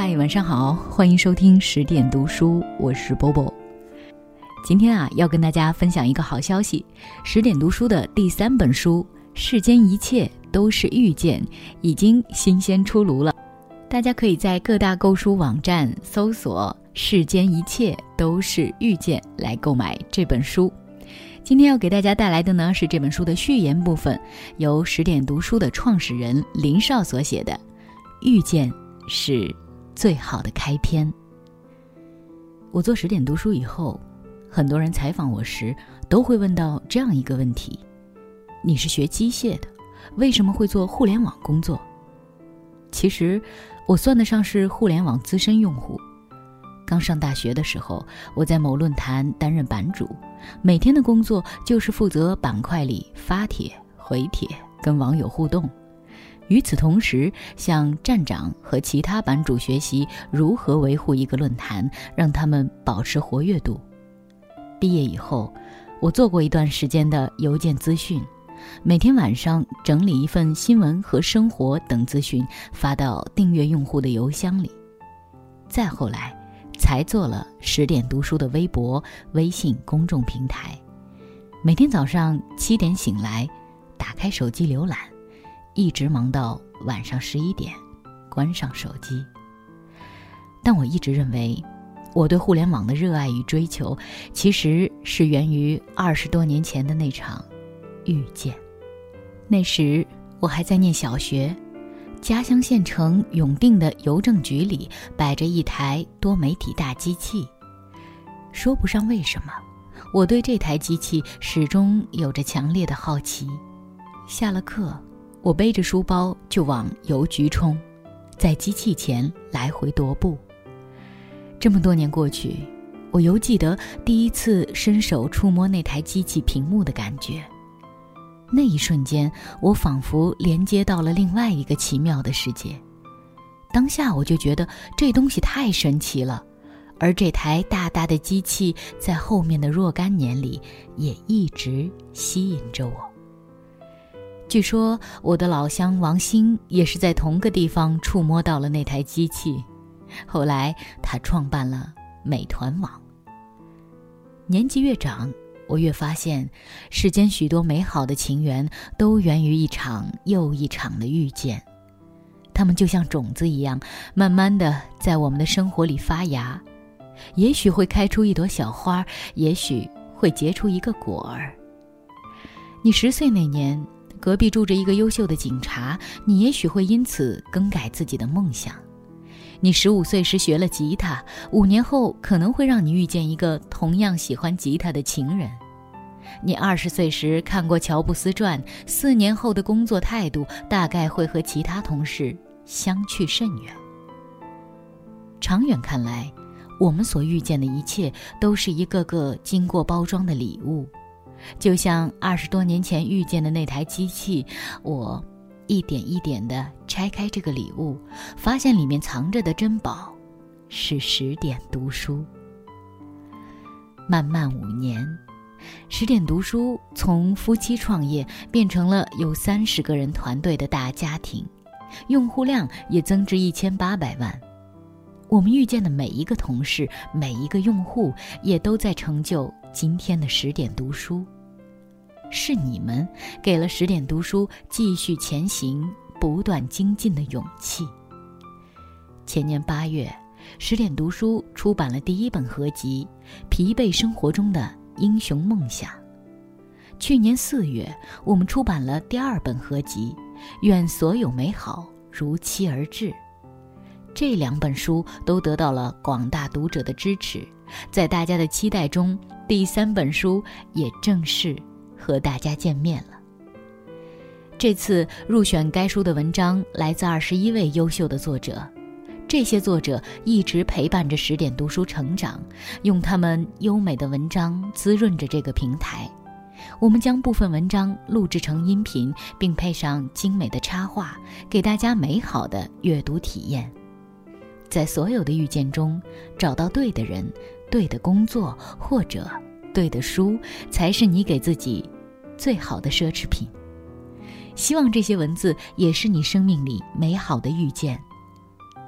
嗨，晚上好，欢迎收听10点读书，我是波波。今天要跟大家分享一个好消息，10点读书的第3本书《世间一切都是遇见》已经新鲜出炉了。大家可以在各大购书网站搜索《世间一切都是遇见》来购买这本书。今天要给大家带来的呢是这本书的序言部分，由10点读书的创始人林少所写的《遇见是最好的开篇》。我做10点读书以后，很多人采访我时都会问到这样一个问题：你是学机械的，为什么会做互联网工作？其实我算得上是互联网资深用户。刚上大学的时候，我在某论坛担任版主，每天的工作就是负责板块里发帖、回帖，跟网友互动。与此同时，向站长和其他版主学习如何维护一个论坛，让他们保持活跃度。毕业以后，我做过一段时间的邮件资讯，每天晚上整理一份新闻和生活等资讯发到订阅用户的邮箱里。再后来才做了10点读书的微博、微信公众平台。每天早上7点醒来，打开手机浏览，一直忙到晚上11点，关上手机。但我一直认为，我对互联网的热爱与追求，其实是源于20多年前的那场遇见。那时我还在念小学，家乡县城永定的邮政局里摆着一台多媒体大机器。说不上为什么，我对这台机器始终有着强烈的好奇。下了课，我背着书包就往邮局冲，在机器前来回踱步。这么多年过去，我犹记得第一次伸手触摸那台机器屏幕的感觉。那一瞬间，我仿佛连接到了另外一个奇妙的世界。当下我就觉得这东西太神奇了，而这台大大的机器在后面的若干年里也一直吸引着我。据说我的老乡王兴也是在同个地方触摸到了那台机器，后来他创办了美团网。年纪越长，我越发现世间许多美好的情缘都源于一场又一场的遇见。它们就像种子一样，慢慢的在我们的生活里发芽，也许会开出一朵小花，也许会结出一个果儿。你10岁那年，隔壁住着一个优秀的警察，你也许会因此更改自己的梦想。你15岁时学了吉他，5年后可能会让你遇见一个同样喜欢吉他的情人。你20岁时看过乔布斯传，4年后的工作态度大概会和其他同事相去甚远。长远看来，我们所遇见的一切都是一个个经过包装的礼物。就像20多年前遇见的那台机器，我一点一点地拆开这个礼物，发现里面藏着的珍宝是10点读书。漫漫5年，10点读书从夫妻创业变成了有30个人团队的大家庭，用户量也增至1800万。我们遇见的每一个同事，每一个用户，也都在成就今天的10点读书。是你们给了10点读书继续前行、不断精进的勇气。前年8月，10点读书出版了第1本合集《疲惫生活中的英雄梦想》。去年4月，我们出版了第2本合集《愿所有美好如期而至》。这2本书都得到了广大读者的支持，在大家的期待中，第3本书也正式和大家见面了。这次入选该书的文章来自21位优秀的作者，这些作者一直陪伴着10点读书成长，用他们优美的文章滋润着这个平台。我们将部分文章录制成音频，并配上精美的插画，给大家美好的阅读体验。在所有的遇见中，找到对的人、对的工作或者对的书，才是你给自己最好的奢侈品。希望这些文字也是你生命里美好的遇见。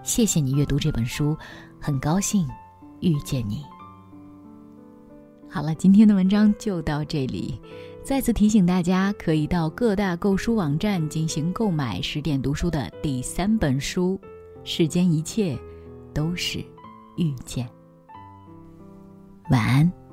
谢谢你阅读这本书，很高兴遇见你。好了，今天的文章就到这里。再次提醒大家，可以到各大购书网站进行购买10点读书的第3本书《世间一切都是遇见》。晚安。